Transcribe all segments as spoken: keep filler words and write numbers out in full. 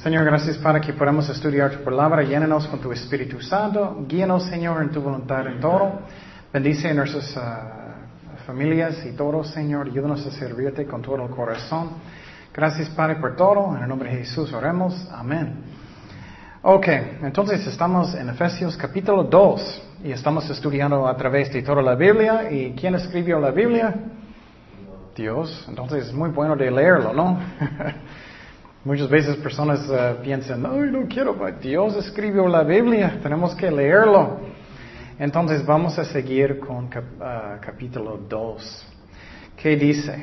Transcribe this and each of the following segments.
Señor, gracias para que podamos estudiar tu palabra. Llénanos con tu Espíritu Santo. Guíanos, Señor, en tu voluntad en todo. Bendice nuestras uh, familias y todos, Señor. Ayúdanos a servirte con todo el corazón. Gracias, Padre, por todo. En el nombre de Jesús oremos. Amén. Ok, entonces estamos en Efesios capítulo dos y estamos estudiando a través de toda la Biblia. ¿Y quién escribió la Biblia? Dios. Entonces es muy bueno de leerlo, ¿no? Muchas veces personas uh, piensan, ay, no quiero, Dios escribió la Biblia, tenemos que leerlo. Entonces vamos a seguir con cap, uh, capítulo dos. ¿Qué dice?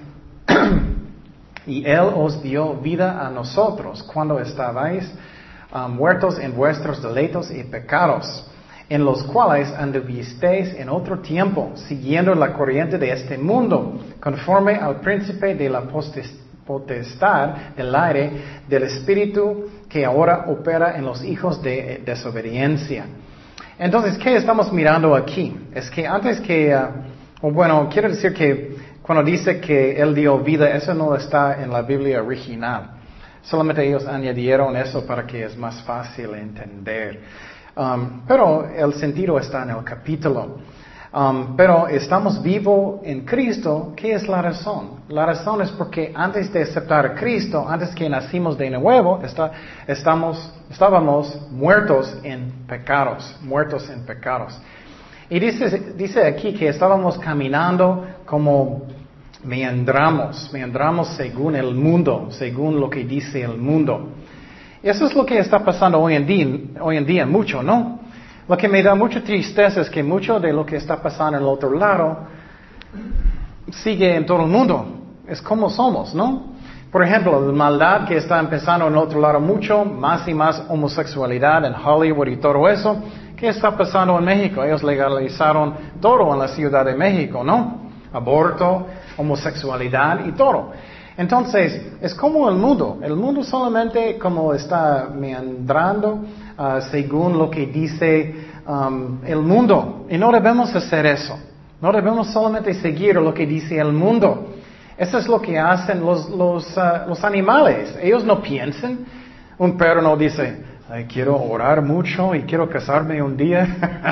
Y Él os dio vida a nosotros cuando estabais uh, muertos en vuestros delitos y pecados, en los cuales anduvisteis en otro tiempo, siguiendo la corriente de este mundo, conforme al príncipe de la potestad potestad del aire, del espíritu que ahora opera en los hijos de desobediencia. Entonces, ¿qué estamos mirando aquí? Es que antes que, uh, o bueno, quiero decir que cuando dice que Él dio vida, eso no está en la Biblia original. Solamente ellos añadieron eso para que es más fácil entender. Um, pero el sentido está en el capítulo. Um, pero estamos vivos en Cristo. ¿Qué es la razón? La razón es porque antes de aceptar a Cristo, antes que nacimos de nuevo, está, estamos, estábamos muertos en pecados, muertos en pecados. Y dice, dice aquí que estábamos caminando como meandrando, meandrando según el mundo, según lo que dice el mundo. Eso es lo que está pasando hoy en día, hoy en día mucho, ¿no? Lo que me da mucha tristeza es que mucho de lo que está pasando en el otro lado sigue en todo el mundo. Es como somos, ¿no? Por ejemplo, la maldad que está empezando en el otro lado mucho, más y más homosexualidad en Hollywood y todo eso. ¿Qué está pasando en México? Ellos legalizaron todo en la Ciudad de México, ¿no? Aborto, homosexualidad y todo. Entonces, es como el mundo. El mundo solamente como está meandrando uh, según lo que dice um, el mundo. Y no debemos hacer eso. No debemos solamente seguir lo que dice el mundo. Eso es lo que hacen los, los, uh, los animales. Ellos no piensan. Un perro no dice, ay, quiero orar mucho y quiero casarme un día.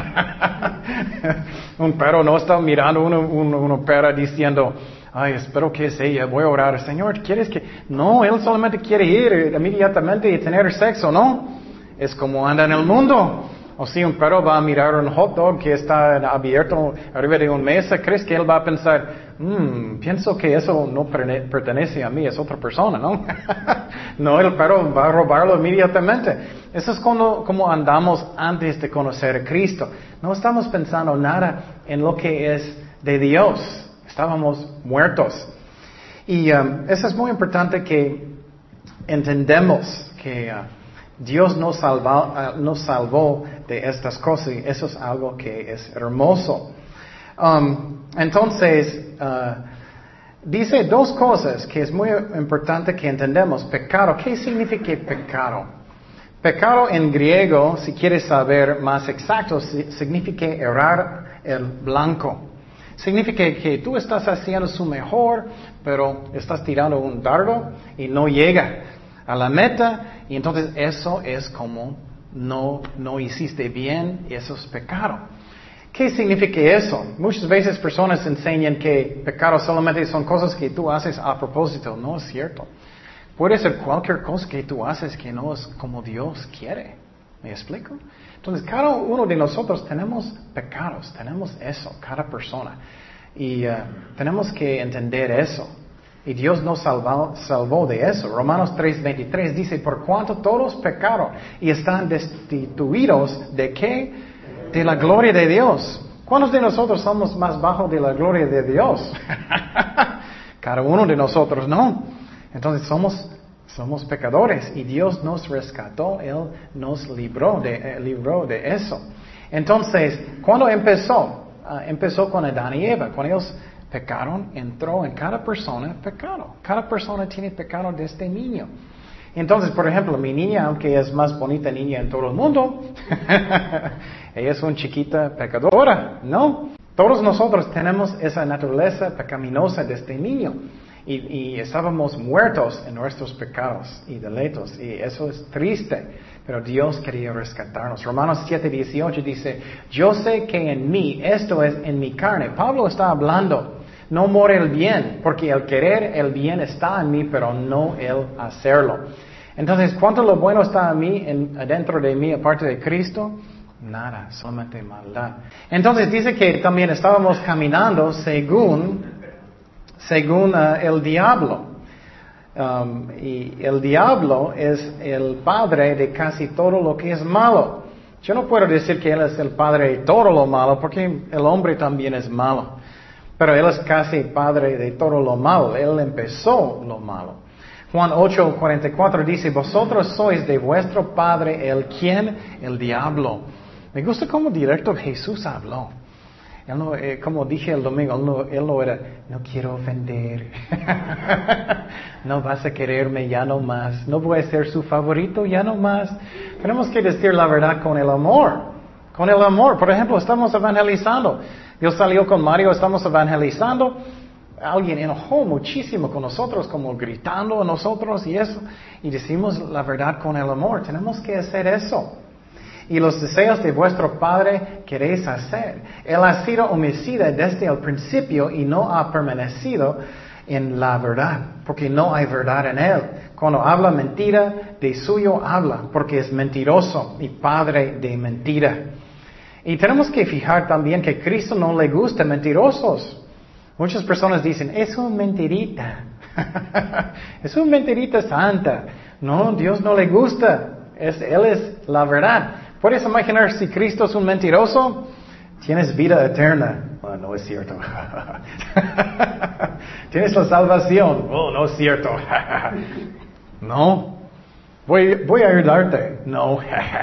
Un perro no está mirando una, una, una perra diciendo, ay, espero que es ella, voy a orar. Señor, ¿quieres que...? No, él solamente quiere ir inmediatamente y tener sexo, ¿no? Es como anda en el mundo. O si un perro va a mirar un hot dog que está abierto arriba de una mesa, ¿crees que él va a pensar, mmm, pienso que eso no pertenece a mí, es otra persona, ¿no? No, el perro va a robarlo inmediatamente. Eso es como, como andamos antes de conocer a Cristo. No estamos pensando nada en lo que es de Dios. Estábamos muertos. Y um, eso es muy importante que entendemos que uh, Dios nos, salva, uh, nos salvó de estas cosas y eso es algo que es hermoso. Um, entonces, uh, dice dos cosas que es muy importante que entendamos. Pecado, ¿qué significa pecado? Pecado en griego, si quieres saber más exacto, significa errar el blanco. Significa que tú estás haciendo su mejor, pero estás tirando un dardo y no llega a la meta, y entonces eso es como no, no hiciste bien, y eso es pecado. ¿Qué significa eso? Muchas veces personas enseñan que pecado solamente son cosas que tú haces a propósito. No es cierto. Puede ser cualquier cosa que tú haces que no es como Dios quiere. ¿Me explico? Entonces, cada uno de nosotros tenemos pecados, tenemos eso, cada persona. Y uh, tenemos que entender eso. Y Dios nos salvó, salvó de eso. Romanos tres veintitrés dice, por cuanto todos pecaron y están destituidos de qué? De la gloria de Dios. ¿Cuántos de nosotros somos más bajos de la gloria de Dios? Cada uno de nosotros, ¿no? Entonces somos... Somos pecadores y Dios nos rescató, Él nos libró de, eh, libró de eso. Entonces, ¿cuándo empezó? Uh, empezó con Adán y Eva. Cuando ellos pecaron, entró en cada persona pecado. Cada persona tiene pecado desde niño. Entonces, por ejemplo, mi niña, aunque es más bonita niña en todo el mundo, ella es una chiquita pecadora, ¿no? Todos nosotros tenemos esa naturaleza pecaminosa desde niño. y, y estábamos muertos en nuestros pecados y delitos, y eso es triste, pero Dios quería rescatarnos. Romanos siete dieciocho dice, yo sé que en mí, esto es en mi carne. Pablo está hablando, no more el bien, porque el querer el bien está en mí, pero no el hacerlo. Entonces, ¿cuánto lo bueno está en mí, en, dentro de mí, aparte de Cristo? Nada, solamente maldad. Entonces dice que también estábamos caminando según, según uh, el diablo. Um, y el diablo es el padre de casi todo lo que es malo. Yo no puedo decir que él es el padre de todo lo malo, porque el hombre también es malo. Pero él es casi padre de todo lo malo. Él empezó lo malo. Juan ocho cuarenta y cuatro dice, vosotros sois de vuestro padre el quien, el diablo. Me gusta cómo directo Jesús habló. Él no, eh, como dije el domingo, él no, él no era, no quiero ofender. No vas a quererme ya no más. No voy a ser su favorito ya no más. Tenemos que decir la verdad con el amor. Con el amor. Por ejemplo, estamos evangelizando. Dios salió con Mario, estamos evangelizando. Alguien enojó muchísimo con nosotros, como gritando a nosotros y eso. Y decimos la verdad con el amor. Tenemos que hacer eso. Y los deseos de vuestro Padre queréis hacer. Él ha sido homicida desde el principio y no ha permanecido en la verdad, porque no hay verdad en él. Cuando habla mentira, de suyo habla, porque es mentiroso y padre de mentira. Y tenemos que fijar también que a Cristo no le gusta mentirosos. Muchas personas dicen, es un mentirita. Es un mentirita santa. No, Dios no le gusta. Es, él es la verdad. ¿Puedes imaginar si Cristo es un mentiroso? Tienes vida eterna. Oh, no es cierto. Tienes la salvación. Oh, no es cierto. No. Voy, voy a ayudarte. No.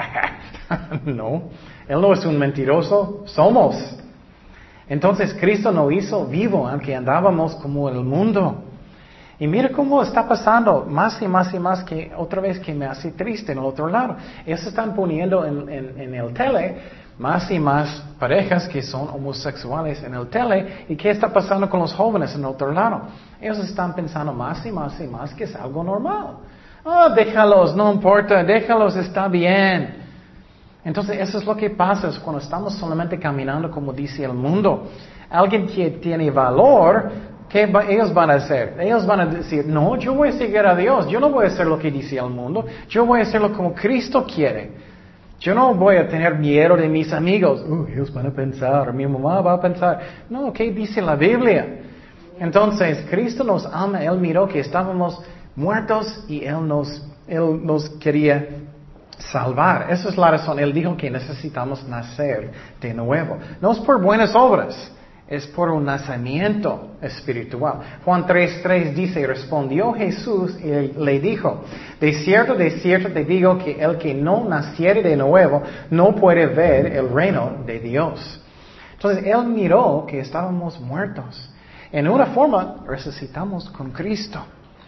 No. Él no es un mentiroso. Somos. Entonces Cristo nos hizo vivo, aunque andábamos como el mundo. Y mira cómo está pasando más y más y más, que otra vez que me hace triste en el otro lado. Ellos están poniendo en, en, en el tele más y más parejas que son homosexuales en el tele. ¿Y qué está pasando con los jóvenes en el otro lado? Ellos están pensando más y más y más que es algo normal. Oh, déjalos, no importa, déjalos, está bien. Entonces eso es lo que pasa cuando estamos solamente caminando como dice el mundo. Alguien que tiene valor, ¿qué va, ellos van a hacer? Ellos van a decir, no, yo voy a seguir a Dios, yo no voy a hacer lo que dice el mundo, yo voy a hacerlo como Cristo quiere. Yo no voy a tener miedo de mis amigos, uh, ellos van a pensar, mi mamá va a pensar. No, ¿qué dice la Biblia? Entonces, Cristo nos ama, Él miró que estábamos muertos y Él nos, Él nos quería salvar. Esa es la razón. Él dijo que necesitamos nacer de nuevo. No es por buenas obras. Es por un nacimiento espiritual. Juan tres tres dice, respondió Jesús y le dijo, de cierto, de cierto te digo que el que no naciere de nuevo no puede ver el reino de Dios. Entonces Él miró que estábamos muertos. En una forma resucitamos con Cristo,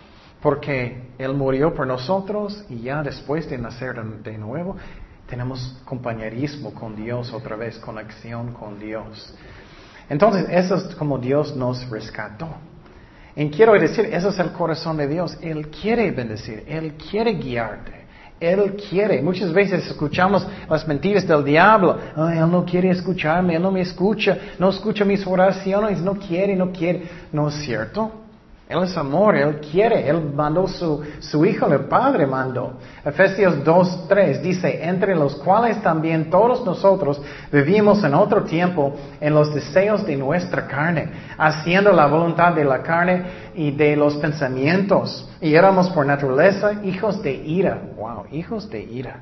porque Él murió por nosotros y ya después de nacer de nuevo tenemos compañerismo con Dios otra vez, conexión con Dios. Entonces, eso es como Dios nos rescató. Y quiero decir, eso es el corazón de Dios. Él quiere bendecir, Él quiere guiarte, Él quiere. Muchas veces escuchamos las mentiras del diablo. Oh, Él no quiere escucharme, Él no me escucha, no escucha mis oraciones, no quiere, no quiere. No es cierto. Él es amor, Él quiere, Él mandó su, su Hijo, el Padre mandó. Efesios dos tres dice, entre los cuales también todos nosotros vivimos en otro tiempo en los deseos de nuestra carne, haciendo la voluntad de la carne y de los pensamientos. Y éramos por naturaleza hijos de ira. Wow, hijos de ira.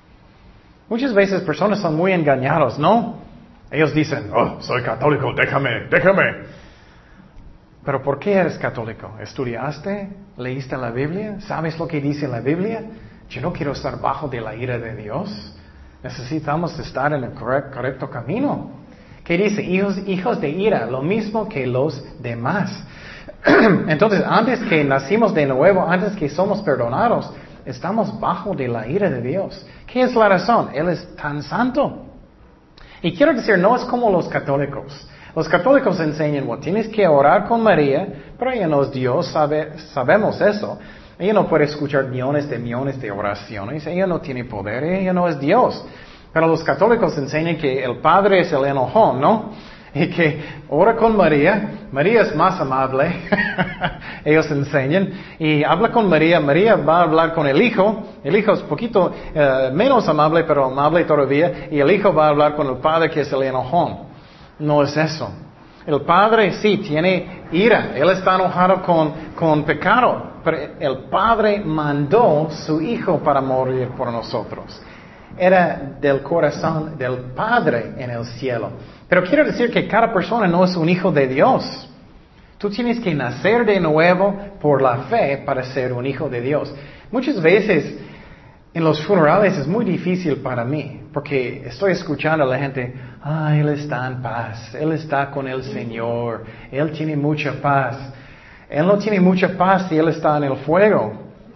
Muchas veces personas son muy engañados, ¿no? Ellos dicen, oh, soy católico, déjame, déjame. ¿Pero por qué eres católico? ¿Estudiaste? ¿Leíste la Biblia? ¿Sabes lo que dice la Biblia? Yo no quiero estar bajo de la ira de Dios. Necesitamos estar en el correcto, correcto camino. ¿Qué dice? Hijos, hijos de ira, lo mismo que los demás. Entonces, antes que nacimos de nuevo, antes que somos perdonados, estamos bajo de la ira de Dios. ¿Qué es la razón? Él es tan santo. Y quiero decir, no es como los católicos. Los católicos enseñan, bueno, tienes que orar con María, pero ella no es Dios, sabe, sabemos eso. Ella no puede escuchar millones de millones de oraciones, ella no tiene poder, ella no es Dios. Pero los católicos enseñan que el Padre es el enojón, ¿no? Y que ora con María, María es más amable, ellos enseñan, y habla con María, María va a hablar con el Hijo, el Hijo es poquito uh, menos amable, pero amable todavía, y el Hijo va a hablar con el Padre que es el enojón. No es eso. El Padre sí tiene ira, Él está enojado con, con pecado, pero el Padre mandó su Hijo para morir por nosotros. Era del corazón del Padre en el cielo. Pero quiero decir que cada persona no es un hijo de Dios. Tú tienes que nacer de nuevo por la fe para ser un hijo de Dios. Muchas veces en los funerales es muy difícil para mí, porque estoy escuchando a la gente, ah, Él está en paz, Él está con el Señor, Él tiene mucha paz. Él no tiene mucha paz si Él está en el fuego.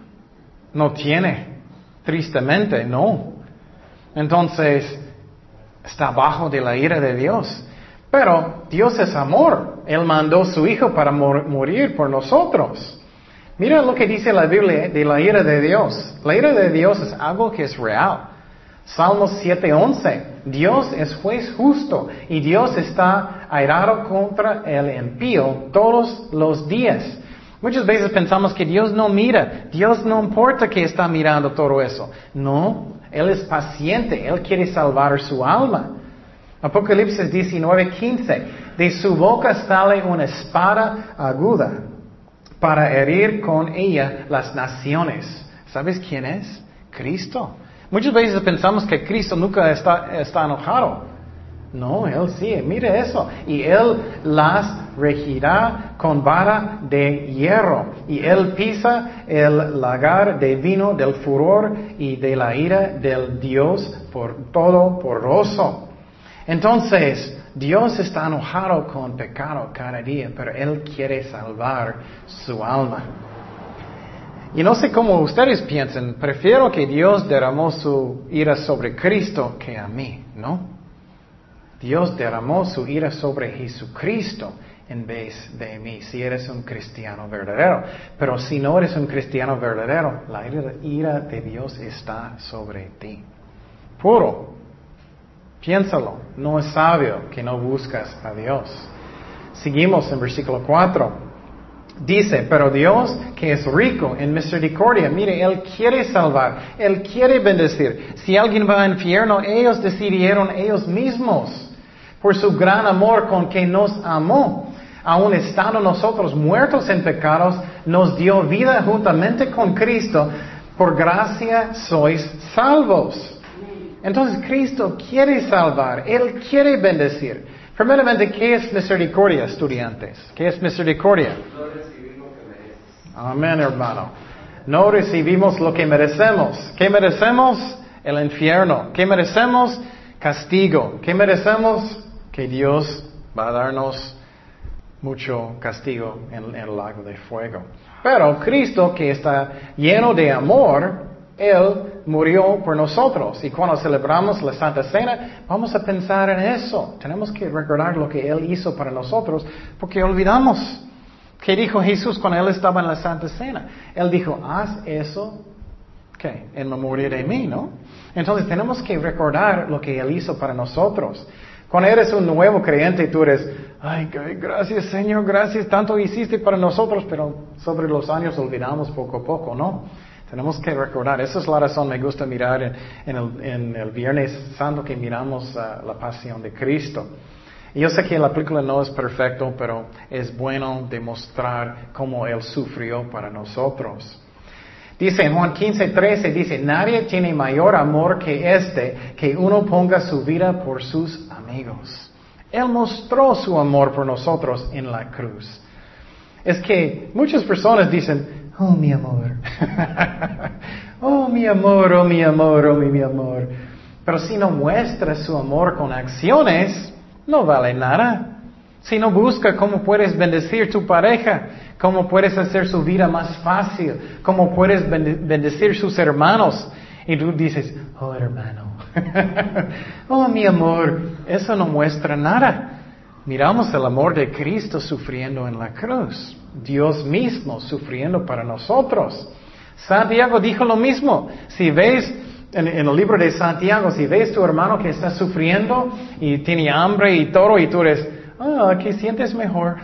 No tiene. Tristemente, no. Entonces, está bajo de la ira de Dios. Pero Dios es amor. Él mandó a su Hijo para mor- morir por nosotros. Mira lo que dice la Biblia de la ira de Dios. La ira de Dios es algo que es real. Salmos siete once. Dios es juez justo y Dios está airado contra el impío todos los días. Muchas veces pensamos que Dios no mira. Dios no importa que está mirando todo eso. No. Él es paciente, Él quiere salvar su alma. Apocalipsis diecinueve quince. De su boca sale una espada aguda para herir con ella las naciones. ¿Sabes quién es? Cristo. Muchas veces pensamos que Cristo nunca está, está enojado. No, Él sí, mire eso. Y Él las regirá con vara de hierro. Y Él pisa el lagar de vino del furor y de la ira del Dios por todo poroso. Entonces, Dios está enojado con pecado cada día, pero Él quiere salvar su alma. Y no sé cómo ustedes piensan, prefiero que Dios derramó su ira sobre Cristo que a mí, ¿no? Dios derramó su ira sobre Jesucristo en vez de mí, si eres un cristiano verdadero. Pero si no eres un cristiano verdadero, la ira, ira de Dios está sobre ti. Puro. Piénsalo. No es sabio que no buscas a Dios. Seguimos en versículo cuatro. Dice, pero Dios, que es rico en misericordia, mire, Él quiere salvar, Él quiere bendecir. Si alguien va al infierno, ellos decidieron ellos mismos, por su gran amor con que nos amó. Aun estando nosotros muertos en pecados, nos dio vida juntamente con Cristo. Por gracia sois salvos. Entonces Cristo quiere salvar, Él quiere bendecir. Primeramente, ¿qué es misericordia, estudiantes? ¿Qué es misericordia? No recibir lo que mereces. Amén, hermano. No recibimos lo que merecemos. ¿Qué merecemos? El infierno. ¿Qué merecemos? Castigo. ¿Qué merecemos? Que Dios va a darnos mucho castigo en, en el lago de fuego. Pero Cristo, que está lleno de amor, Él murió por nosotros. Y cuando celebramos la Santa Cena, vamos a pensar en eso. Tenemos que recordar lo que Él hizo para nosotros, porque olvidamos. ¿Qué dijo Jesús cuando Él estaba en la Santa Cena? Él dijo, haz eso, ¿qué? En memoria de mí, ¿no? Entonces tenemos que recordar lo que Él hizo para nosotros. Cuando eres un nuevo creyente, tú eres, ay, gracias Señor, gracias, tanto hiciste para nosotros, pero sobre los años olvidamos poco a poco, ¿no? Tenemos que recordar, esa es la razón, me gusta mirar en, en, el, en el Viernes Santo que miramos uh, la pasión de Cristo. Y yo sé que la película no es perfecta, pero es bueno demostrar cómo Él sufrió para nosotros. Dice en Juan quince trece, dice, nadie tiene mayor amor que este, que uno ponga su vida por sus amigos. Él mostró su amor por nosotros en la cruz. Es que muchas personas dicen, oh mi amor, oh mi amor, oh mi amor, oh mi, mi amor. Pero si no muestra su amor con acciones, no vale nada. Si no busca cómo puedes bendecir tu pareja, cómo puedes hacer su vida más fácil, cómo puedes bendecir sus hermanos, y tú dices, oh hermano, oh mi amor, eso no muestra nada. Miramos el amor de Cristo sufriendo en la cruz. Dios mismo sufriendo para nosotros. Santiago dijo lo mismo. Si ves en, en el libro de Santiago, si ves tu hermano que está sufriendo y tiene hambre y todo y tú eres, ah, aquí sientes mejor.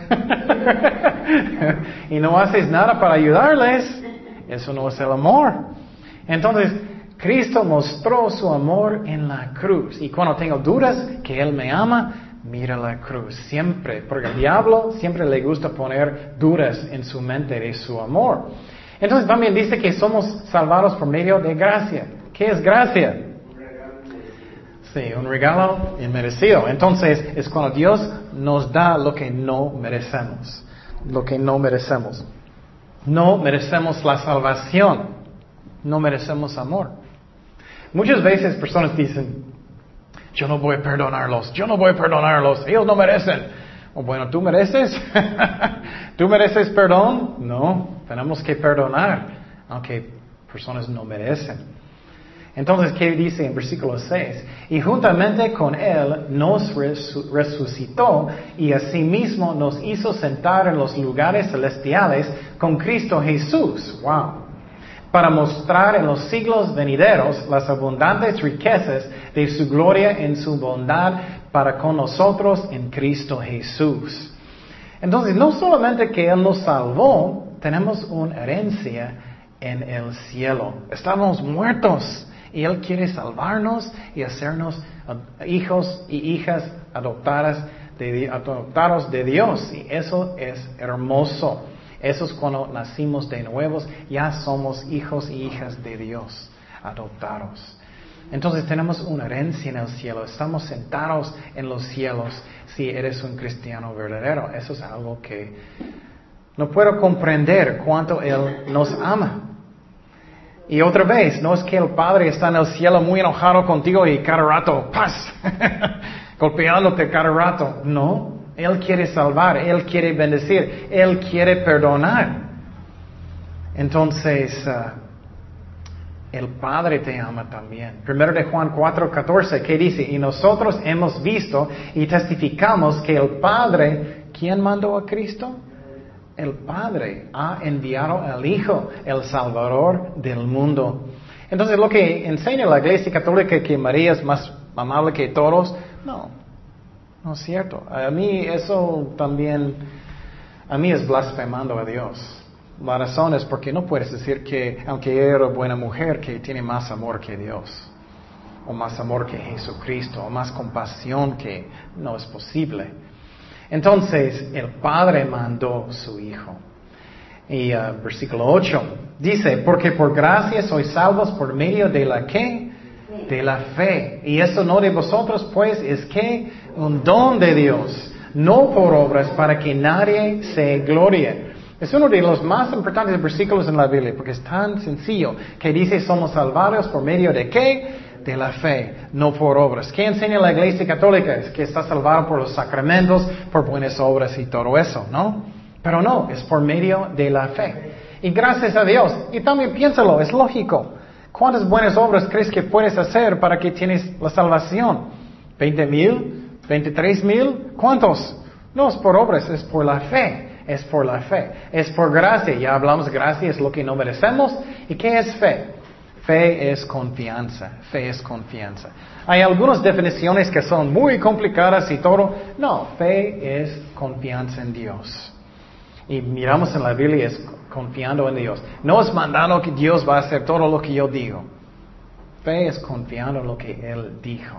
y no haces nada para ayudarles, eso no es el amor. Entonces, Cristo mostró su amor en la cruz. Y cuando tengo dudas que Él me ama, mira la cruz, siempre, porque el diablo siempre le gusta poner dudas en su mente de su amor. Entonces también dice que somos salvados por medio de gracia. ¿Qué es gracia? Sí, un regalo inmerecido. Entonces es cuando Dios nos da lo que no merecemos, lo que no merecemos. No merecemos la salvación, no merecemos amor. Muchas veces personas dicen, yo no voy a perdonarlos, yo no voy a perdonarlos, ellos no merecen. O bueno, ¿tú mereces? ¿Tú mereces perdón? No, tenemos que perdonar, aunque personas no merecen. Entonces, ¿qué dice en versículo seis? Y juntamente con Él nos resucitó y asimismo nos hizo sentar en los lugares celestiales con Cristo Jesús. Wow. Para mostrar en los siglos venideros las abundantes riquezas de su gloria en su bondad para con nosotros en Cristo Jesús. Entonces, no solamente que Él nos salvó, tenemos una herencia en el cielo. Estamos muertos y Él quiere salvarnos y hacernos hijos y hijas adoptadas de, adoptados de Dios. Y eso es hermoso. Eso es cuando nacimos de nuevos, ya somos hijos y hijas de Dios, adoptados. Entonces tenemos una herencia en el cielo, estamos sentados en los cielos si eres un cristiano verdadero. Eso es algo que no puedo comprender cuánto Él nos ama. Y otra vez, no es que el Padre está en el cielo muy enojado contigo y cada rato, ¡paz! golpeándote cada rato. No. Él quiere salvar, Él quiere bendecir, Él quiere perdonar. Entonces, uh, el Padre te ama también. Primero de Juan cuatro catorce, ¿qué dice? Y nosotros hemos visto y testificamos que el Padre, ¿quién mandó a Cristo? El Padre ha enviado al Hijo, el Salvador del mundo. Entonces, lo que enseña la Iglesia Católica que María es más amable que todos, no. No es cierto. A mí eso también, a mí es blasfemando a Dios. La razón es porque no puedes decir que, aunque ella era buena mujer, que tiene más amor que Dios. O más amor que Jesucristo. O más compasión que no es posible. Entonces, el Padre mandó su Hijo. Y uh, versículo ocho dice, porque por gracia sois salvos por medio de la ¿qué? De la fe. Y eso no de vosotros, pues, es que un don de Dios, no por obras, para que nadie se glorie. Es uno de los más importantes versículos en la Biblia, porque es tan sencillo, que dice, somos salvados por medio de ¿qué? De la fe, no por obras. ¿Qué enseña la Iglesia Católica? Es que está salvado por los sacramentos, por buenas obras y todo eso, ¿no? Pero no, es por medio de la fe. Y gracias a Dios. Y también piénsalo, es lógico. ¿Cuántas buenas obras crees que puedes hacer para que tienes la salvación? ¿veinte mil? ¿veintitrés mil? ¿Cuántos? No es por obras, es por la fe. Es por la fe. Es por gracia. Ya hablamos, gracia es lo que no merecemos. ¿Y qué es fe? Fe es confianza. Fe es confianza. Hay algunas definiciones que son muy complicadas y todo. No, fe es confianza en Dios. Y miramos en la Biblia es confiando en Dios. No es mandando que Dios va a hacer todo lo que yo digo. Fe es confiando en lo que Él dijo.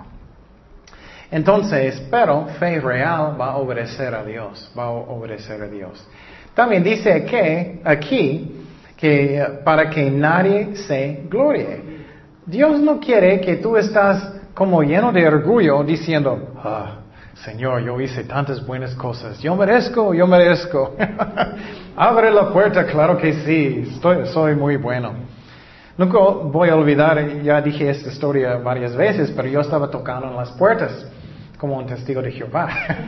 Entonces, pero fe real va a obedecer a Dios. Va a obedecer a Dios. También dice que aquí que para que nadie se glorie. Dios no quiere que tú estás como lleno de orgullo diciendo, ah, Señor, yo hice tantas buenas cosas. Yo merezco, yo merezco. Abre la puerta, claro que sí. Estoy, soy muy bueno. Nunca voy a olvidar, ya dije esta historia varias veces, pero yo estaba tocando en las puertas como un testigo de Jehová.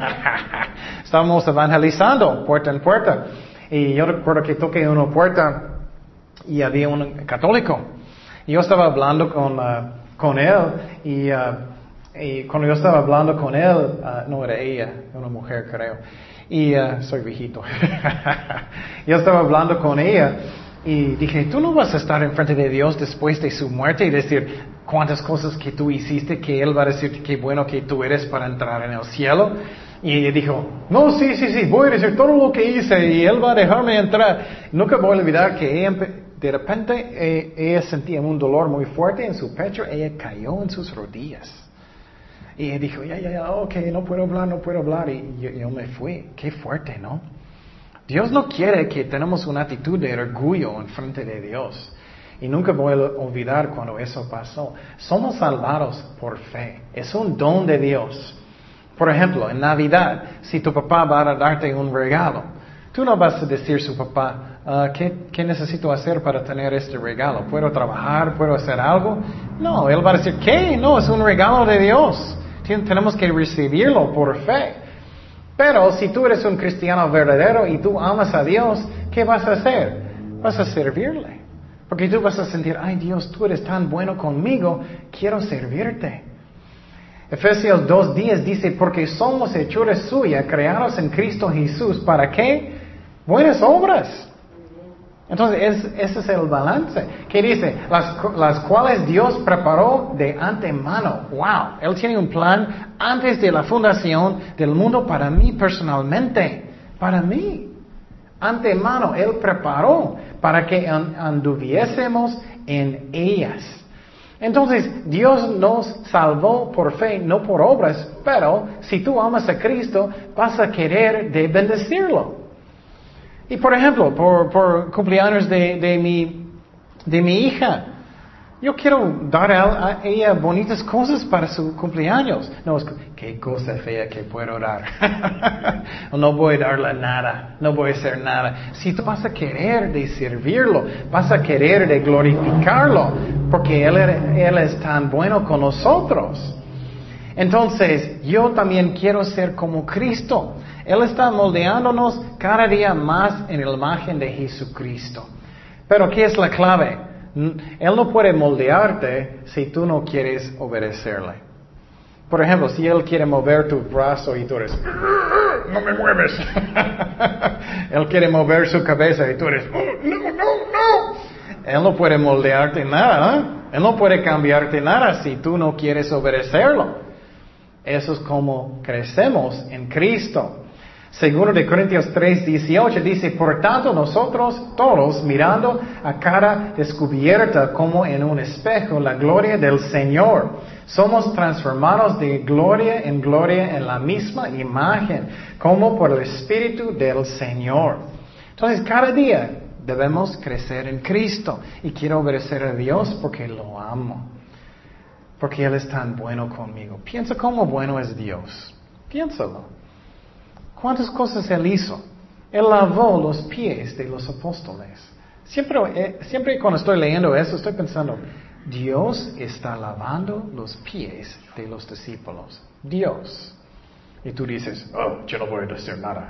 Estábamos evangelizando puerta en puerta. Y yo recuerdo que toqué una puerta y había un católico. Y yo estaba hablando con, uh, con él y... Uh, Y cuando yo estaba hablando con él, uh, no era ella, una mujer creo, y uh, soy viejito. Yo estaba hablando con ella y dije, tú no vas a estar enfrente de Dios después de su muerte y decir cuántas cosas que tú hiciste que Él va a decir qué bueno que tú eres para entrar en el cielo. Y ella dijo, no, sí, sí, sí, voy a decir todo lo que hice y Él va a dejarme entrar. Nunca voy a olvidar que ella, de repente ella, ella sentía un dolor muy fuerte en su pecho, ella cayó en sus rodillas. Y ella dijo, ya, ya, ya, ok, no puedo hablar, no puedo hablar. Y yo, yo me fui. Qué fuerte, ¿no? Dios no quiere que tenemos una actitud de orgullo en frente de Dios. Y nunca voy a olvidar cuando eso pasó. Somos salvados por fe. Es un don de Dios. Por ejemplo, en Navidad, si tu papá va a darte un regalo, tú no vas a decir a su papá, uh, ¿qué, ¿qué necesito hacer para tener este regalo? ¿Puedo trabajar? ¿Puedo hacer algo? No, él va a decir, ¿qué? No, es un regalo de Dios. Tenemos que recibirlo por fe. Pero si tú eres un cristiano verdadero y tú amas a Dios, ¿qué vas a hacer? Vas a servirle. Porque tú vas a sentir, ay Dios, tú eres tan bueno conmigo, quiero servirte. Efesios dos diez dice, porque somos hechuras suyas, creados en Cristo Jesús. ¿Para qué? Buenas obras. Entonces, es, ese es el balance. ¿Qué dice? Las, las cuales Dios preparó de antemano. ¡Wow! Él tiene un plan antes de la fundación del mundo para mí personalmente. Para mí. Antemano, Él preparó para que anduviésemos en ellas. Entonces, Dios nos salvó por fe, no por obras, pero si tú amas a Cristo, vas a querer de bendecirlo. Y por ejemplo, por, por cumpleaños de, de, mi, de mi hija, yo quiero dar a, a ella bonitas cosas para su cumpleaños. No, es qué cosa fea que puedo dar. No voy a darle nada, no voy a hacer nada. Si tú vas a querer de servirlo, vas a querer de glorificarlo, porque Él, él es tan bueno con nosotros. Entonces, yo también quiero ser como Cristo. Él está moldeándonos cada día más en la imagen de Jesucristo. Pero ¿qué es la clave? Él no puede moldearte si tú no quieres obedecerle. Por ejemplo, si Él quiere mover tu brazo y tú eres, no me mueves. Él quiere mover su cabeza y tú eres, oh, no, no, no. Él no puede moldearte nada, ¿eh? Él no puede cambiarte nada si tú no quieres obedecerlo. Eso es como crecemos en Cristo. Segundo de Corintios tres dieciocho dice, por tanto nosotros todos mirando a cara descubierta como en un espejo la gloria del Señor, somos transformados de gloria en gloria en la misma imagen, como por el Espíritu del Señor. Entonces cada día debemos crecer en Cristo y quiero obedecer a Dios porque lo amo, porque Él es tan bueno conmigo. Piensa cómo bueno es Dios. Piénsalo. ¿Cuántas cosas Él hizo? Él lavó los pies de los apóstoles. Siempre, eh, siempre cuando estoy leyendo eso, estoy pensando, Dios está lavando los pies de los discípulos. Dios. Y tú dices, oh, yo no voy a decir nada.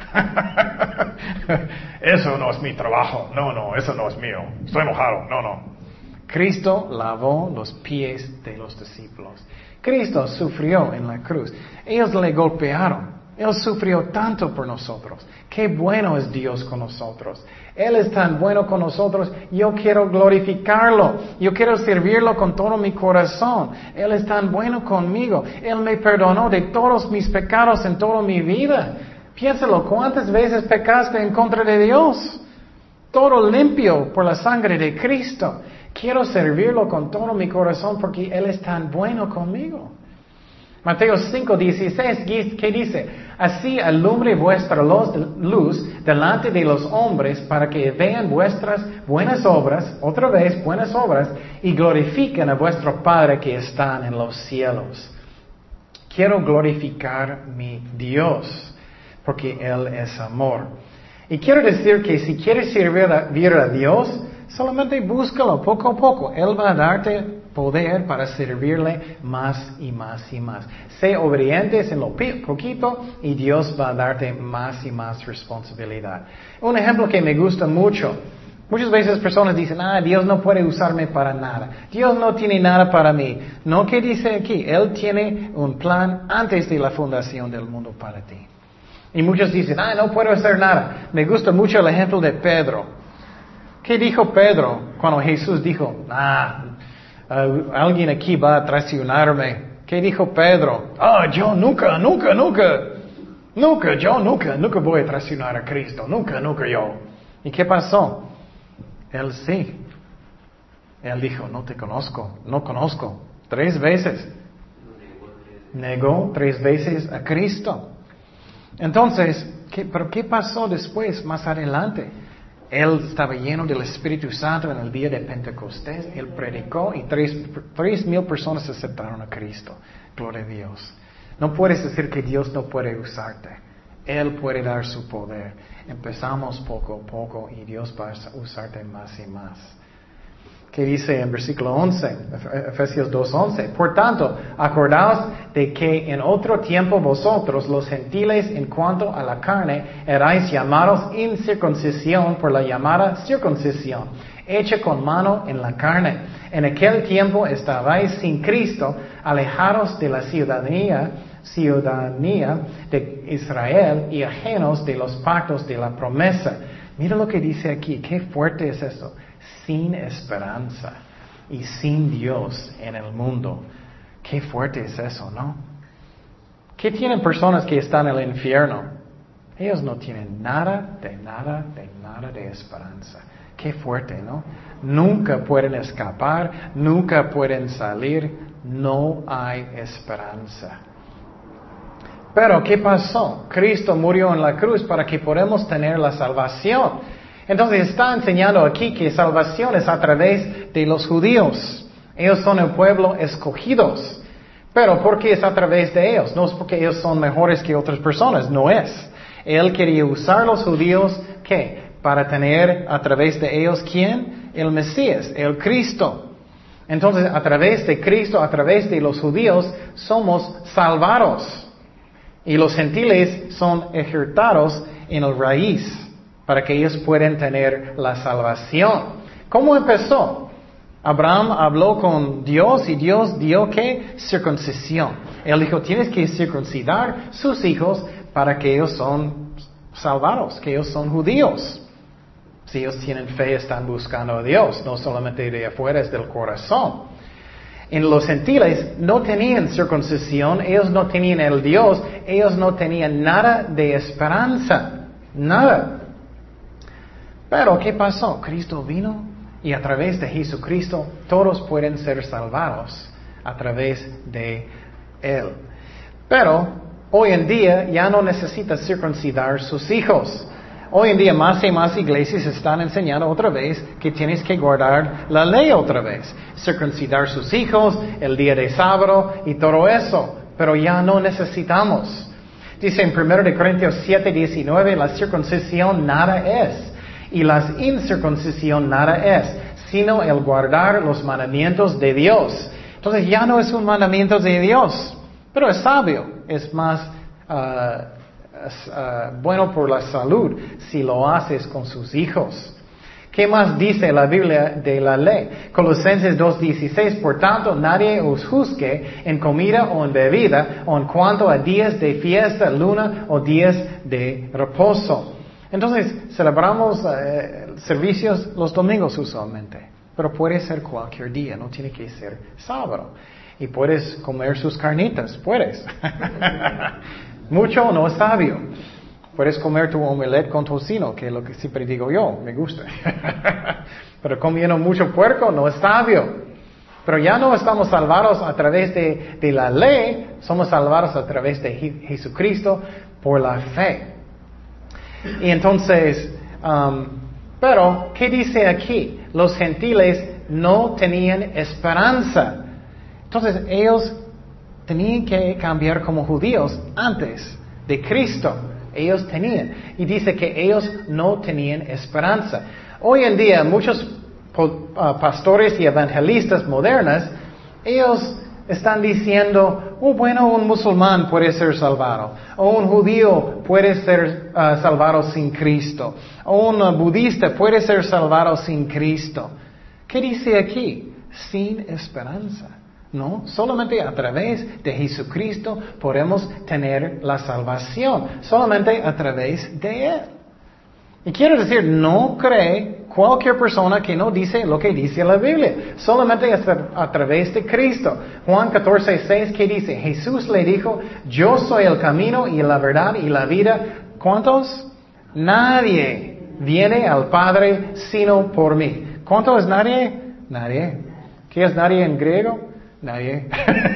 Eso no es mi trabajo. No, no, eso no es mío. Estoy enojado. No, no. Cristo lavó los pies de los discípulos. Cristo sufrió en la cruz. Ellos le golpearon. Él sufrió tanto por nosotros. Qué bueno es Dios con nosotros. Él es tan bueno con nosotros. Yo quiero glorificarlo. Yo quiero servirlo con todo mi corazón. Él es tan bueno conmigo. Él me perdonó de todos mis pecados en toda mi vida. Piénsalo, ¿cuántas veces pecaste en contra de Dios? Todo limpio por la sangre de Cristo. Quiero servirlo con todo mi corazón porque Él es tan bueno conmigo. Mateo cinco dieciséis, ¿qué dice? Así alumbre vuestra luz delante de los hombres para que vean vuestras buenas obras, otra vez buenas obras, y glorifiquen a vuestro Padre que está en los cielos. Quiero glorificar mi Dios, porque Él es amor. Y quiero decir que si quieres servir a, a Dios, solamente búscalo poco a poco. Él va a darte poder para servirle más y más y más. Sé obedientes en lo poquito y Dios va a darte más y más responsabilidad. Un ejemplo que me gusta mucho, Muchas veces personas dicen, ah, Dios no puede usarme para nada. Dios no tiene nada para mí. No, ¿qué dice aquí? Él tiene un plan antes de la fundación del mundo para ti. Y muchos dicen, ah, no puedo hacer nada. Me gusta mucho el ejemplo de Pedro. ¿Qué dijo Pedro cuando Jesús dijo, ah, uh, alguien aquí va a traicionarme? ¿Qué dijo Pedro? Ah, yo nunca, nunca, nunca, nunca, yo nunca, nunca voy a traicionar a Cristo. Nunca, nunca yo. ¿Y qué pasó? Él sí. Él dijo, no te conozco, no conozco. Tres veces. Negó tres veces a Cristo. Entonces, ¿qué, ¿pero qué pasó después, más adelante? Él estaba lleno del Espíritu Santo en el día de Pentecostés. Él predicó y tres, tres mil personas aceptaron a Cristo. Gloria a Dios. No puedes decir que Dios no puede usarte. Él puede dar su poder. Empezamos poco a poco y Dios va a usarte más y más. ¿Qué dice en versículo once? Efesios dos once. Por tanto, acordaos de que en otro tiempo vosotros, los gentiles, en cuanto a la carne, erais llamados incircuncisión por la llamada circuncisión, hecha con mano en la carne. En aquel tiempo estabais sin Cristo, alejados de la ciudadanía, ciudadanía de Israel y ajenos de los pactos de la promesa. Mira lo que dice aquí. Qué fuerte es eso. Sin esperanza y sin Dios en el mundo. Qué fuerte es eso, ¿no? ¿Qué tienen personas que están en el infierno? Ellos no tienen nada, de nada, de nada de esperanza. Qué fuerte, ¿no? Nunca pueden escapar, nunca pueden salir, no hay esperanza. Pero, ¿qué pasó? Cristo murió en la cruz para que podamos tener la salvación. Entonces está enseñando aquí que salvación es a través de los judíos. Ellos son el pueblo escogidos. Pero ¿por qué es a través de ellos? No es porque ellos son mejores que otras personas, no es. Él quería usar a los judíos, ¿qué? Para tener a través de ellos, ¿quién? El Mesías, el Cristo. Entonces, a través de Cristo, a través de los judíos, somos salvados. Y los gentiles son ejertados en el raíz, para que ellos puedan tener la salvación. ¿Cómo empezó? Abraham habló con Dios y Dios dio ¿qué? Circuncisión. Él dijo, tienes que circuncidar sus hijos para que ellos son salvados, que ellos son judíos. Si ellos tienen fe, están buscando a Dios, no solamente de afuera, es del corazón. En los gentiles no tenían circuncisión, ellos no tenían el Dios, ellos no tenían nada de esperanza, nada. Pero, ¿qué pasó? Cristo vino y a través de Jesucristo todos pueden ser salvados a través de Él. Pero, hoy en día ya no necesitas circuncidar sus hijos. Hoy en día más y más iglesias están enseñando otra vez que tienes que guardar la ley otra vez. Circuncidar sus hijos, el día de sábado y todo eso. Pero ya no necesitamos. Dice en primero de Corintios siete diecinueve, la circuncisión nada es. Y la incircuncisión nada es, sino el guardar los mandamientos de Dios. Entonces ya no es un mandamiento de Dios, pero es sabio, es más uh, es, uh, bueno por la salud si lo haces con sus hijos. ¿Qué más dice la Biblia de la ley? Colosenses dos dieciséis, por tanto nadie os juzgue en comida o en bebida, o en cuanto a días de fiesta, luna o días de reposo. Entonces, celebramos eh, servicios los domingos usualmente, pero puede ser cualquier día, no tiene que ser sábado. Y puedes comer sus carnitas, puedes. Mucho no es sabio. Puedes comer tu omelette con tocino, que es lo que siempre digo yo, me gusta. Pero comiendo mucho puerco no es sabio. Pero ya no estamos salvados a través de, de la ley, somos salvados a través de Jesucristo por la fe. Y entonces, um, pero, ¿qué dice aquí? Los gentiles no tenían esperanza. Entonces, ellos tenían que cambiar como judíos antes de Cristo. Ellos tenían. Y dice que ellos no tenían esperanza. Hoy en día, muchos uh, pastores y evangelistas modernos, ellos Están diciendo, oh bueno, un musulmán puede ser salvado, o un judío puede ser uh, salvado sin Cristo, o un uh, budista puede ser salvado sin Cristo. ¿Qué dice aquí? Sin esperanza. No, solamente a través de Jesucristo podemos tener la salvación, solamente a través de Él. Y quiero decir, no cree cualquier persona que no dice lo que dice la Biblia, solamente a través de Cristo. Juan catorce seis, ¿qué dice? Jesús le dijo, yo soy el camino y la verdad y la vida. ¿Cuántos? Nadie viene al Padre sino por mí. ¿Cuánto es nadie? Nadie. ¿Qué es nadie en griego? Nadie.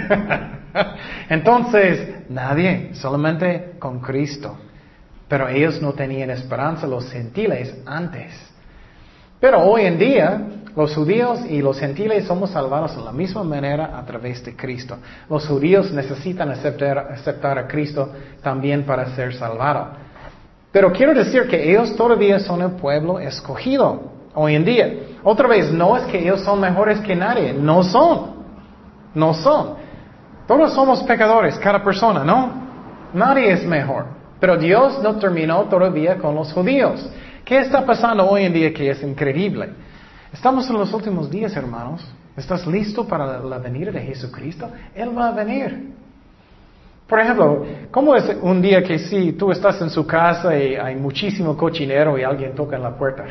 Entonces, nadie, solamente con Cristo. Pero ellos no tenían esperanza, los gentiles, antes. Pero hoy en día, los judíos y los gentiles somos salvados de la misma manera a través de Cristo. Los judíos necesitan aceptar, aceptar a Cristo también para ser salvados. Pero quiero decir que ellos todavía son el pueblo escogido hoy en día. Otra vez, no es que ellos son mejores que nadie, no son. No son. Todos somos pecadores, cada persona, ¿no? Nadie es mejor. Pero Dios no terminó todavía con los judíos. ¿Qué está pasando hoy en día que es increíble? Estamos en los últimos días, hermanos. ¿Estás listo para la, la venida de Jesucristo? Él va a venir. Por ejemplo, ¿cómo es un día que si tú estás en su casa y hay muchísimo cochinero y alguien toca en la puerta?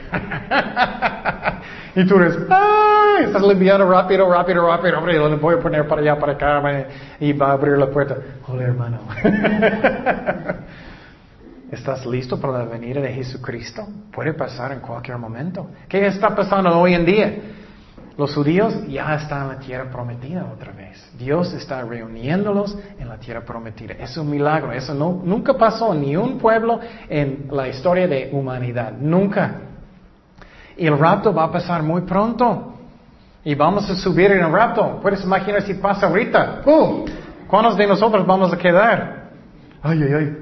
Y tú dices, ¡ay! Estás limpiando rápido, rápido, rápido, rápido, le voy a poner para allá, para acá, y va a abrir la puerta. Hola, hermano. ¿Estás listo para la venida de Jesucristo? Puede pasar en cualquier momento. ¿Qué está pasando hoy en día? Los judíos ya están en la tierra prometida otra vez. Dios está reuniéndolos en la tierra prometida. Es un milagro. Eso no, nunca pasó en ni un pueblo en la historia de humanidad. Nunca. Y el rapto va a pasar muy pronto. Y vamos a subir en el rapto. Puedes imaginar si pasa ahorita. ¡Pum! ¿Cuántos de nosotros vamos a quedar? ¡Ay, ay, ay!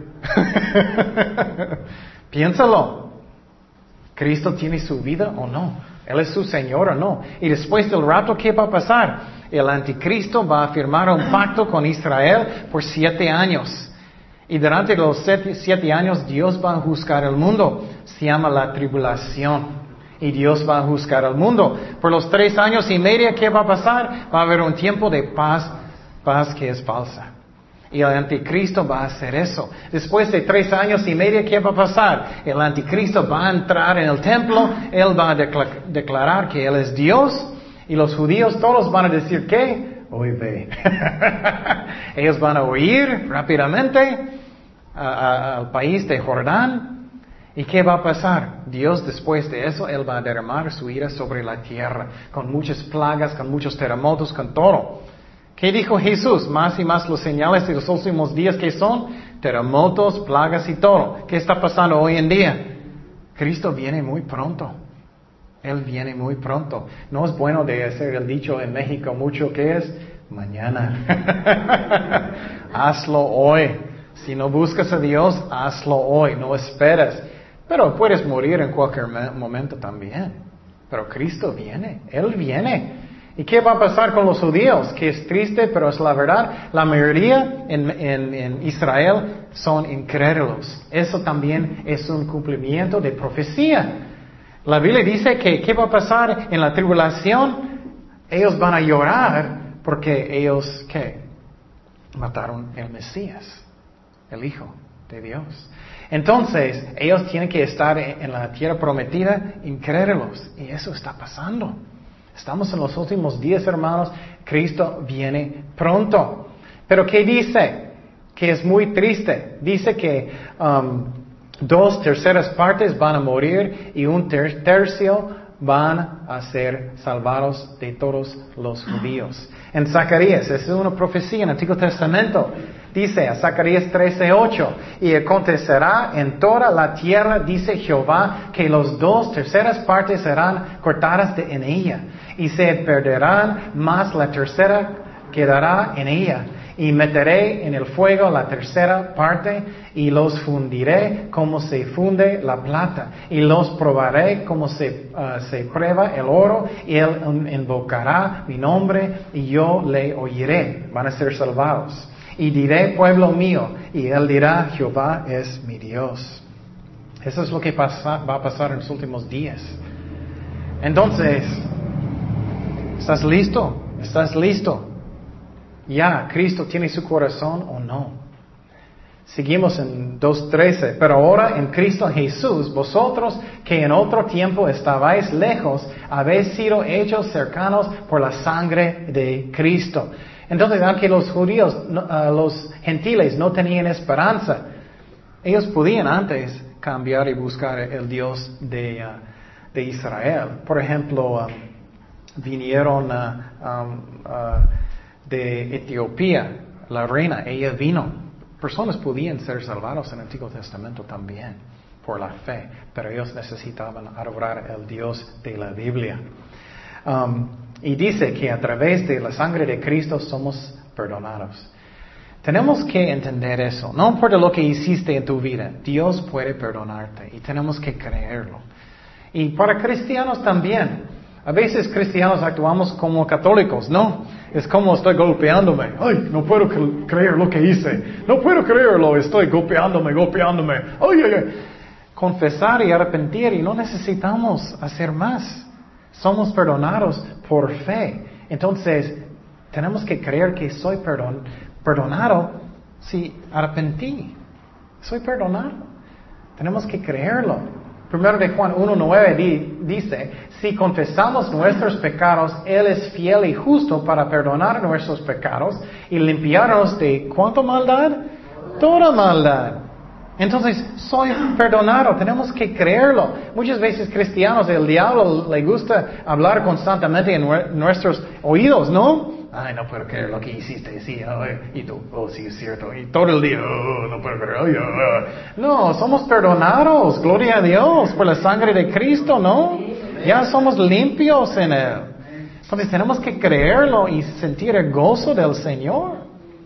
Piénsalo. ¿Cristo tiene su vida o no? ¿Él es su Señor o no? Y después del rapto, ¿qué va a pasar? El anticristo va a firmar un pacto con Israel por siete años. Y durante los siete, siete años Dios va a juzgar el mundo. Se llama la tribulación. Y Dios va a juzgar el mundo. Por los tres años y medio, ¿qué va a pasar? Va a haber un tiempo de paz, paz que es falsa. Y el anticristo va a hacer eso. Después de tres años y medio, ¿qué va a pasar? El anticristo va a entrar en el templo, él va a decla- declarar que él es Dios, y los judíos todos van a decir, ¿qué? Hoy ve. Ellos van a huir rápidamente a, a, al país de Jordán. ¿Y qué va a pasar? Dios después de eso, él va a derramar su ira sobre la tierra, con muchas plagas, con muchos terremotos, con todo. ¿Qué dijo Jesús? Más y más los señales de los últimos días que son terremotos, plagas y todo. ¿Qué está pasando hoy en día? Cristo viene muy pronto. Él viene muy pronto. No es bueno de hacer el dicho en México mucho que es mañana. Hazlo hoy. Si no buscas a Dios, hazlo hoy. No esperes. Pero puedes morir en cualquier momento también. Pero Cristo viene. Él viene. ¿Y qué va a pasar con los judíos? Que es triste, pero es la verdad. La mayoría en, en, en Israel son incrédulos. Eso también es un cumplimiento de profecía. La Biblia dice que ¿qué va a pasar en la tribulación? Ellos van a llorar porque ellos, ¿qué? Mataron al Mesías, el Hijo de Dios. Entonces, ellos tienen que estar en la tierra prometida incrédulos. Y eso está pasando. Estamos en los últimos días, hermanos. Cristo viene pronto. Pero ¿qué dice? Que es muy triste. Dice que um, dos terceras partes van a morir y un ter- tercio van a ser salvados de todos los judíos. En Zacarías, es una profecía en el Antiguo Testamento. Dice a Zacarías trece ocho, y acontecerá en toda la tierra, dice Jehová, que los dos terceras partes serán cortadas de, en ella, y se perderán, mas la tercera quedará en ella. y meteré en el fuego la tercera parte y los fundiré como se funde la plata y los probaré como se, uh, se prueba el oro y él invocará mi nombre y yo le oiré. Van a ser salvados. Y diré pueblo mío y él dirá Jehová es mi Dios. Eso es lo que pasa, va a pasar en los últimos días. Entonces, ¿estás listo? ¿Estás listo? Ya, ¿Cristo tiene su corazón o no? Seguimos en dos trece. Pero ahora en Cristo Jesús, vosotros que en otro tiempo estabais lejos, habéis sido hechos cercanos por la sangre de Cristo. Entonces, aunque los judíos, uh, los gentiles no tenían esperanza, ellos podían antes cambiar y buscar el Dios de, uh, de Israel. Por ejemplo, um, vinieron uh, um, uh, de Etiopía, la reina, ella vino. Personas podían ser salvados en el Antiguo Testamento también por la fe, pero ellos necesitaban adorar al Dios de la Biblia. Um, y dice que a través de la sangre de Cristo somos perdonados. Tenemos que entender eso. No importa lo que hiciste en tu vida, Dios puede perdonarte y tenemos que creerlo. Y para cristianos también. A veces cristianos actuamos como católicos, ¿no? Es como estoy golpeándome. Ay, no puedo creer lo que hice. No puedo creerlo, estoy golpeándome, golpeándome. Ay, ay, ay. Confesar y arrepentir y no necesitamos hacer más. Somos perdonados por fe. Entonces, tenemos que creer que soy perdon, perdonado si arrepentí. Soy perdonado. Tenemos que creerlo. Primero de Juan uno nueve di, dice, si confesamos nuestros pecados, Él es fiel y justo para perdonar nuestros pecados y limpiarnos de ¿cuánta maldad? Toda maldad. Entonces, soy perdonado, tenemos que creerlo. Muchas veces cristianos, el diablo le gusta hablar constantemente en nuestros oídos, ¿no? Ay, no puedo creer lo que hiciste, sí, ay, y tú, oh, sí, es cierto, y todo el día, oh, no puedo creer, ay, ay. No, somos perdonados, gloria a Dios, por la sangre de Cristo, ¿no? Ya somos limpios en Él. Entonces tenemos que creerlo y sentir el gozo del Señor.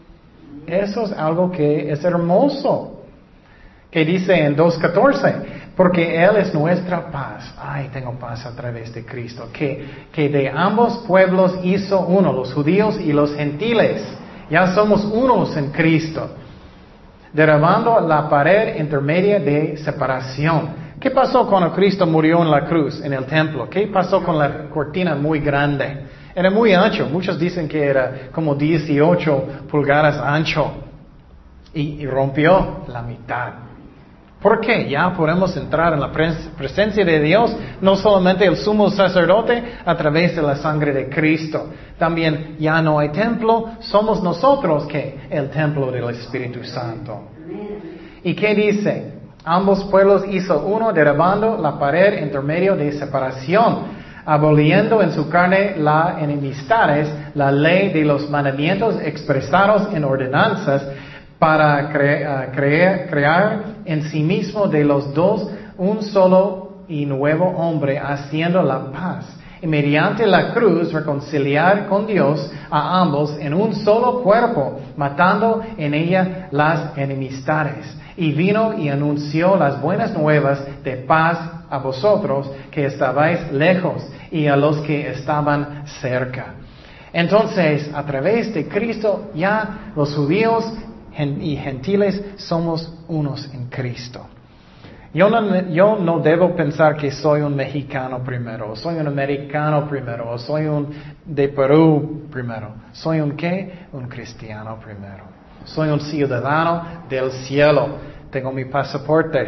Eso es algo que es hermoso. Que dice en dos catorce, porque Él es nuestra paz. Ay, tengo paz a través de Cristo. Que, que de ambos pueblos hizo uno, los judíos y los gentiles. Ya somos unos en Cristo. Derribando la pared intermedia de separación. ¿Qué pasó cuando Cristo murió en la cruz, en el templo? ¿Qué pasó con la cortina muy grande? Era muy ancho. Muchos dicen que era como dieciocho pulgadas ancho. Y, y rompió la mitad. ¿Por qué? Ya podemos entrar en la presencia de Dios, no solamente el sumo sacerdote, a través de la sangre de Cristo. También ya no hay templo, somos nosotros que el templo del Espíritu Santo. ¿Y qué dice? Ambos pueblos hizo uno, derribando la pared intermedio de separación, aboliendo en su carne las enemistades, la ley de los mandamientos expresados en ordenanzas, para cre- uh, creer, crear en sí mismo de los dos un solo y nuevo hombre, haciendo la paz. Y mediante la cruz reconciliar con Dios a ambos en un solo cuerpo, matando en ella las enemistades. Y vino y anunció las buenas nuevas de paz a vosotros que estabais lejos y a los que estaban cerca. Entonces, a través de Cristo, ya los judíos y gentiles somos unos en Cristo. Yo no, yo no debo pensar que soy un mexicano primero, o soy un americano primero, o soy un de Perú primero. ¿Soy un qué? Un cristiano primero. Soy un ciudadano del cielo. Tengo mi pasaporte.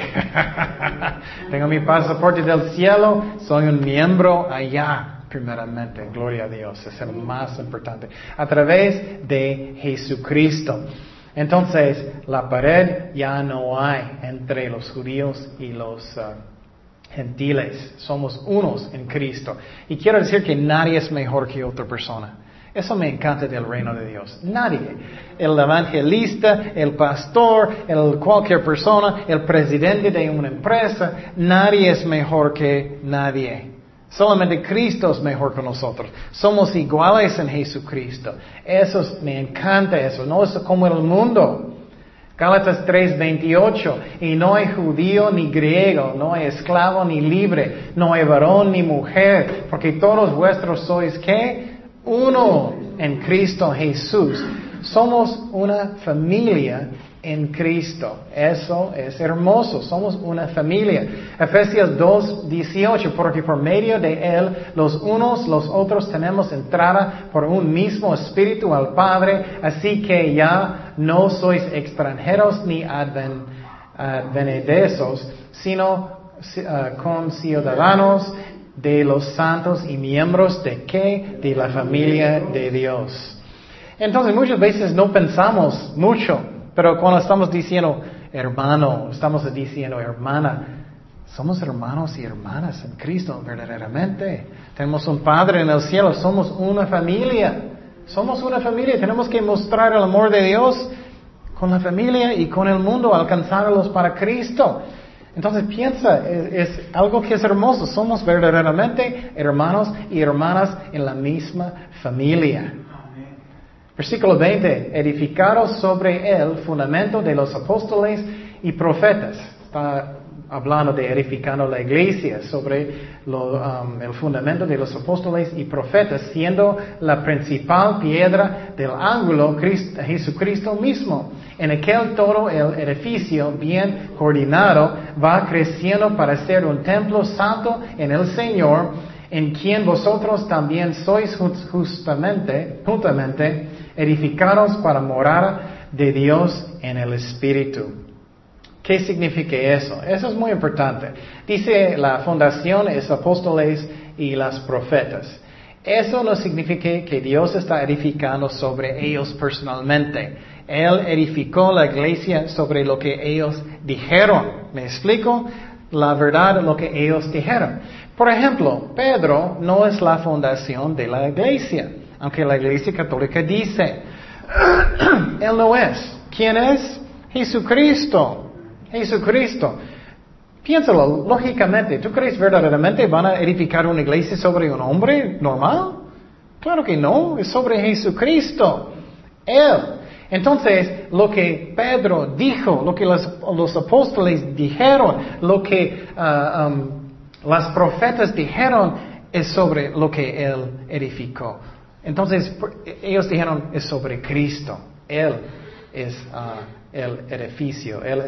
Tengo mi pasaporte del cielo. Soy un miembro allá. Primeramente, gloria a Dios. Es el más importante. A través de Jesucristo. Entonces, la pared ya no hay entre los judíos y los uh, gentiles. Somos unos en Cristo. Y quiero decir que nadie es mejor que otra persona. Eso me encanta del reino de Dios. Nadie. El evangelista, el pastor, el cualquier persona, el presidente de una empresa, nadie es mejor que nadie. Solamente Cristo es mejor que nosotros. Somos iguales en Jesucristo. Eso es, me encanta eso. No es como el mundo. Gálatas tres veintiocho. Y no hay judío ni griego, no hay esclavo ni libre, no hay varón ni mujer, porque todos vuestros sois ¿qué? Uno en Cristo Jesús. Somos una familia en Cristo. Eso es hermoso. Somos una familia. Efesios dos dieciocho. Porque por medio de Él, los unos, los otros tenemos entrada por un mismo Espíritu al Padre. Así que ya no sois extranjeros ni adven, advenedizos, sino uh, conciudadanos de los santos y miembros de ¿qué? De la familia de Dios. Entonces muchas veces no pensamos mucho, pero cuando estamos diciendo hermano, estamos diciendo hermana, somos hermanos y hermanas en Cristo verdaderamente. Tenemos un Padre en el cielo, somos una familia. Somos una familia, tenemos que mostrar el amor de Dios con la familia y con el mundo, alcanzarlos para Cristo. Entonces piensa, es, es algo que es hermoso, somos verdaderamente hermanos y hermanas en la misma familia. Versículo veinte, edificados sobre el fundamento de los apóstoles y profetas. Está hablando de edificando la iglesia sobre lo, um, el fundamento de los apóstoles y profetas, siendo la principal piedra del ángulo Cristo, Jesucristo mismo. En aquel todo el edificio bien coordinado va creciendo para ser un templo santo en el Señor, en quien vosotros también sois justamente, juntamente, edificados para morar de Dios en el Espíritu. ¿Qué significa eso? Eso es muy importante. Dice la fundación es apóstoles y las profetas. Eso no significa que Dios está edificando sobre ellos personalmente. Él edificó la iglesia sobre lo que ellos dijeron. ¿Me explico? La verdad, lo que ellos dijeron. Por ejemplo, Pedro no es la fundación de la iglesia, aunque la iglesia católica dice, él no es. ¿Quién es? Jesucristo. Jesucristo. Piénsalo, lógicamente, ¿tú crees verdaderamente van a edificar una iglesia sobre un hombre normal? Claro que no, es sobre Jesucristo. Él. Entonces, lo que Pedro dijo, lo que los, los apóstoles dijeron, lo que uh, um, las profetas dijeron, es sobre lo que Él edificó. Entonces, ellos dijeron, es sobre Cristo. Él es uh, el edificio. Él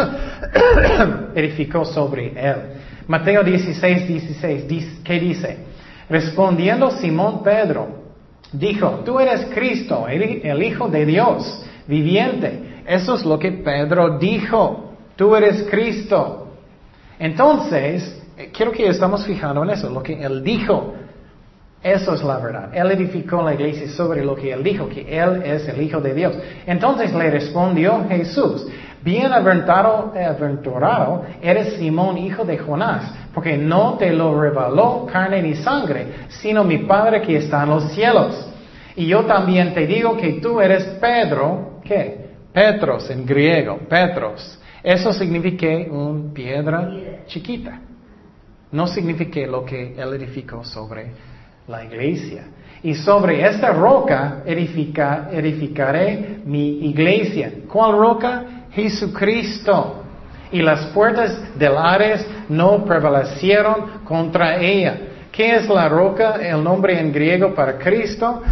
edificó sobre Él. Mateo dieciséis, dieciséis, ¿qué dice? Respondiendo Simón Pedro, dijo, tú eres Cristo, el, el Hijo de Dios, viviente. Eso es lo que Pedro dijo. Tú eres Cristo. Entonces, quiero que estamos fijando en eso, lo que Él dijo. Eso es la verdad. Él edificó la iglesia sobre lo que Él dijo, que Él es el Hijo de Dios. Entonces le respondió Jesús, bienaventurado aventurado eres Simón, hijo de Jonás, porque no te lo reveló carne ni sangre, sino mi Padre que está en los cielos. Y yo también te digo que tú eres Pedro, ¿qué? Petros en griego, Petros. Eso significa una piedra chiquita. No significa lo que Él edificó sobre la iglesia. Y sobre esta roca edifica, edificaré mi iglesia. ¿Cuál roca? Jesucristo. Y las puertas del Hades no prevalecieron contra ella. ¿Qué es la roca? El nombre en griego para Cristo.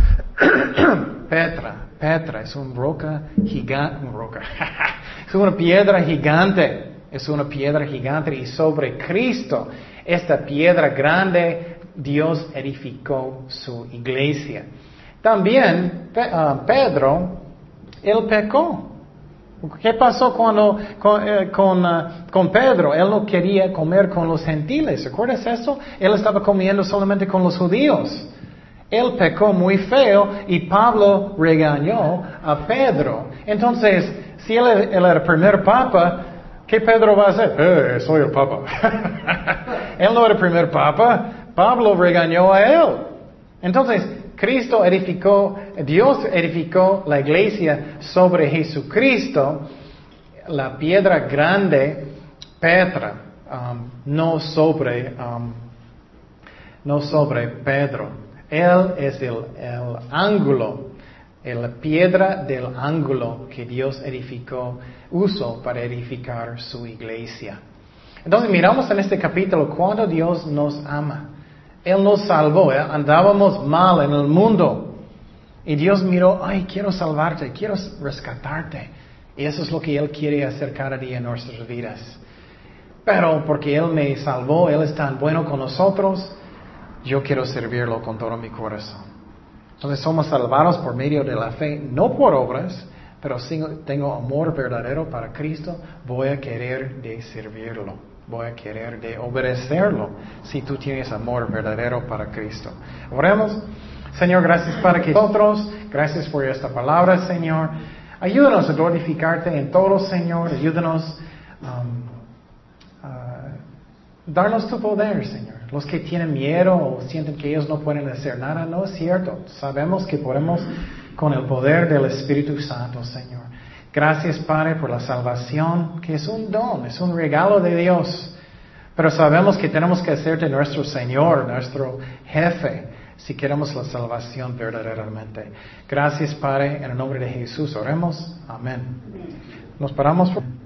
Petra. Petra es una roca gigante. Una roca. Es una piedra gigante. Es una piedra gigante. Y sobre Cristo, esta piedra grande, Dios edificó su iglesia. También uh, Pedro, él pecó. ¿Qué pasó cuando, con, eh, con, uh, con Pedro? Él no quería comer con los gentiles. ¿Recuerdas eso? Él estaba comiendo solamente con los judíos. Él pecó muy feo y Pablo regañó a Pedro. Entonces, si él, él era el primer papa, ¿qué Pedro va a hacer? Eh, soy el papa. Él no era el primer papa. Pablo regañó a él. Entonces, Cristo edificó, Dios edificó la iglesia sobre Jesucristo, la piedra grande, Petra, um, no sobre um, no sobre Pedro. Él es el, el ángulo, la piedra del ángulo que Dios edificó, usó para edificar su iglesia. Entonces miramos en este capítulo cuando Dios nos ama. Él nos salvó, ¿eh? Andábamos mal en el mundo. Y Dios miró, ay, quiero salvarte, quiero rescatarte. Y eso es lo que Él quiere hacer cada día en nuestras vidas. Pero porque Él me salvó, Él es tan bueno con nosotros, yo quiero servirlo con todo mi corazón. Entonces somos salvados por medio de la fe, no por obras, pero si tengo amor verdadero para Cristo, voy a querer de servirlo, voy a querer de obedecerlo, si tú tienes amor verdadero para Cristo. Oremos. Señor, gracias para que nosotros, gracias por esta palabra, Señor. Ayúdanos a glorificarte en todo, Señor. Ayúdanos um, a darnos tu poder, Señor. Los que tienen miedo o sienten que ellos no pueden hacer nada, no es cierto. Sabemos que podemos con el poder del Espíritu Santo, Señor. Gracias, Padre, por la salvación, que es un don, es un regalo de Dios. Pero sabemos que tenemos que hacerte nuestro Señor, nuestro jefe, si queremos la salvación verdaderamente. Gracias, Padre, en el nombre de Jesús oremos. Amén. Nos paramos por...